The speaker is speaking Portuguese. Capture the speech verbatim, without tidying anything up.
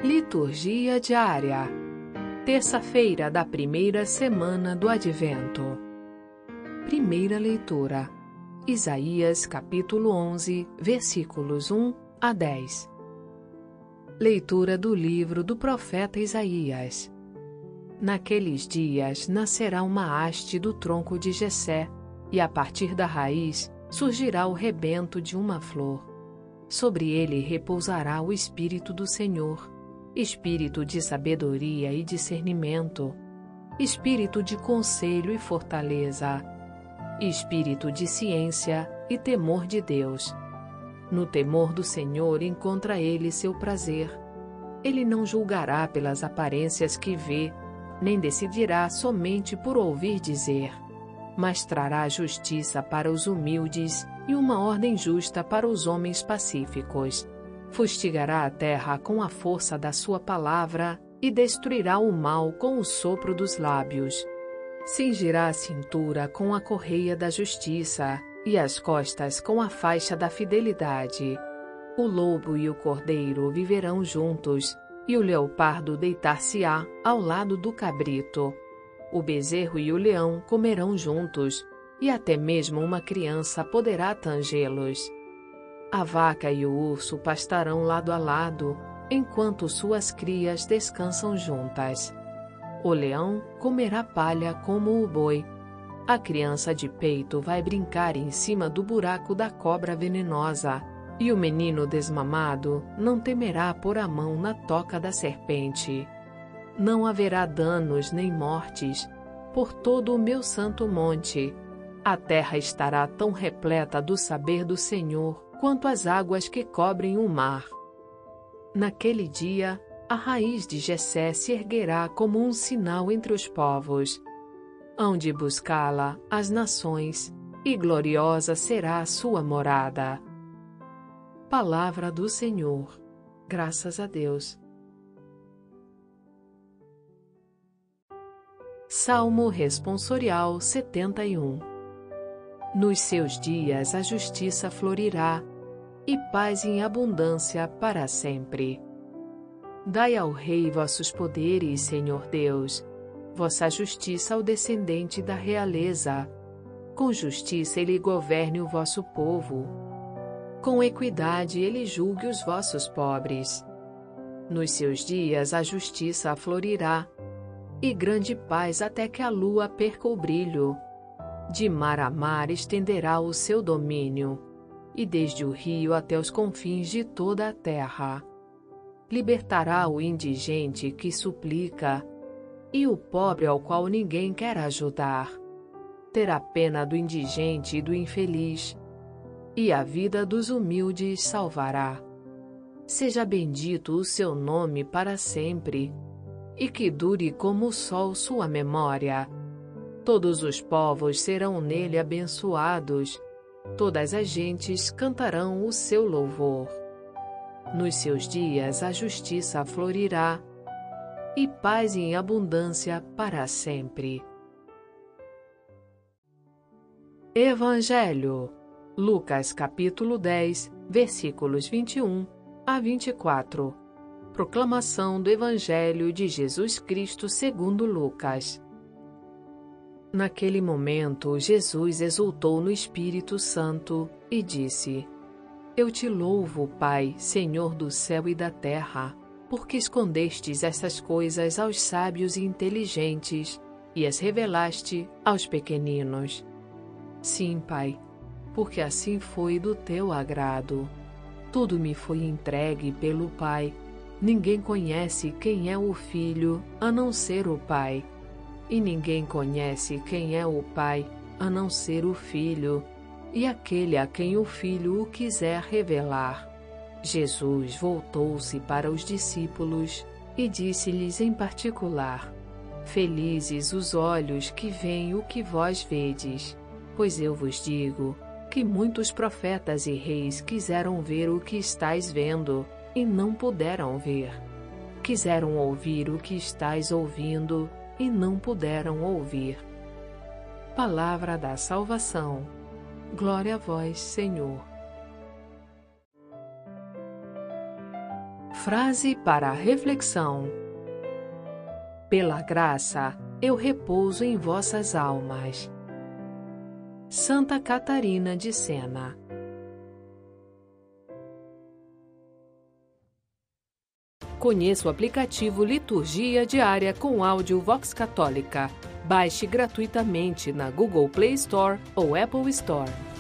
Liturgia diária. Terça-feira da primeira semana do Advento. Primeira leitura. Isaías capítulo onze, versículos um a dez. Leitura do livro do profeta Isaías. Naqueles dias nascerá uma haste do tronco de Jessé, e a partir da raiz surgirá o rebento de uma flor. Sobre ele repousará o Espírito do Senhor, Espírito de sabedoria e discernimento, Espírito de conselho e fortaleza, Espírito de ciência e temor de Deus. No temor do Senhor encontra ele seu prazer. Ele não julgará pelas aparências que vê, nem decidirá somente por ouvir dizer, mas trará justiça para os humildes e uma ordem justa para os homens pacíficos. Fustigará a terra com a força da sua palavra e destruirá o mal com o sopro dos lábios. Cingirá a cintura com a correia da justiça e as costas com a faixa da fidelidade. O lobo e o cordeiro viverão juntos, e o leopardo deitar-se-á ao lado do cabrito. O bezerro e o leão comerão juntos, e até mesmo uma criança poderá tangê-los. A vaca e o urso pastarão lado a lado, enquanto suas crias descansam juntas. O leão comerá palha como o boi. A criança de peito vai brincar em cima do buraco da cobra venenosa, e o menino desmamado não temerá pôr a mão na toca da serpente. Não haverá danos nem mortes por todo o meu santo monte. A terra estará tão repleta do saber do Senhor quanto as águas que cobrem o mar. Naquele dia, a raiz de Jessé se erguerá como um sinal entre os povos. Hão de buscá-la as nações, e gloriosa será a sua morada. Palavra do Senhor. Graças a Deus. Salmo Responsorial setenta e um. Nos seus dias a justiça florirá, e paz em abundância para sempre. Dai ao rei vossos poderes, Senhor Deus, vossa justiça ao descendente da realeza. Com justiça ele governe o vosso povo. Com equidade ele julgue os vossos pobres. Nos seus dias a justiça florirá, e grande paz até que a lua perca o brilho. De mar a mar estenderá o seu domínio, e desde o rio até os confins de toda a terra. Libertará o indigente que suplica, e o pobre ao qual ninguém quer ajudar. Terá pena do indigente e do infeliz, e a vida dos humildes salvará. Seja bendito o seu nome para sempre, e que dure como o sol sua memória. Todos os povos serão nele abençoados, todas as gentes cantarão o seu louvor. Nos seus dias a justiça florirá, e paz em abundância para sempre. Evangelho. Lucas capítulo dez, versículos vinte e um a vinte e quatro. Proclamação do Evangelho de Jesus Cristo segundo Lucas. Naquele momento, Jesus exultou no Espírito Santo e disse: Eu te louvo, Pai, Senhor do céu e da terra, porque escondestes essas coisas aos sábios e inteligentes e as revelaste aos pequeninos. Sim, Pai, porque assim foi do teu agrado. Tudo me foi entregue pelo Pai. Ninguém conhece quem é o Filho, a não ser o Pai. E ninguém conhece quem é o Pai, a não ser o Filho, e aquele a quem o Filho o quiser revelar. Jesus voltou-se para os discípulos e disse-lhes em particular: Felizes os olhos que veem o que vós vedes, pois eu vos digo que muitos profetas e reis quiseram ver o que estáis vendo e não puderam ver. Quiseram ouvir o que estáis ouvindo e não puderam ouvir. Palavra da salvação. Glória a vós, Senhor. Frase para a reflexão: pela graça, eu repouso em vossas almas. Santa Catarina de Sena. Conheça o aplicativo Liturgia Diária com áudio Vox Católica. Baixe gratuitamente na Google Play Store ou Apple Store.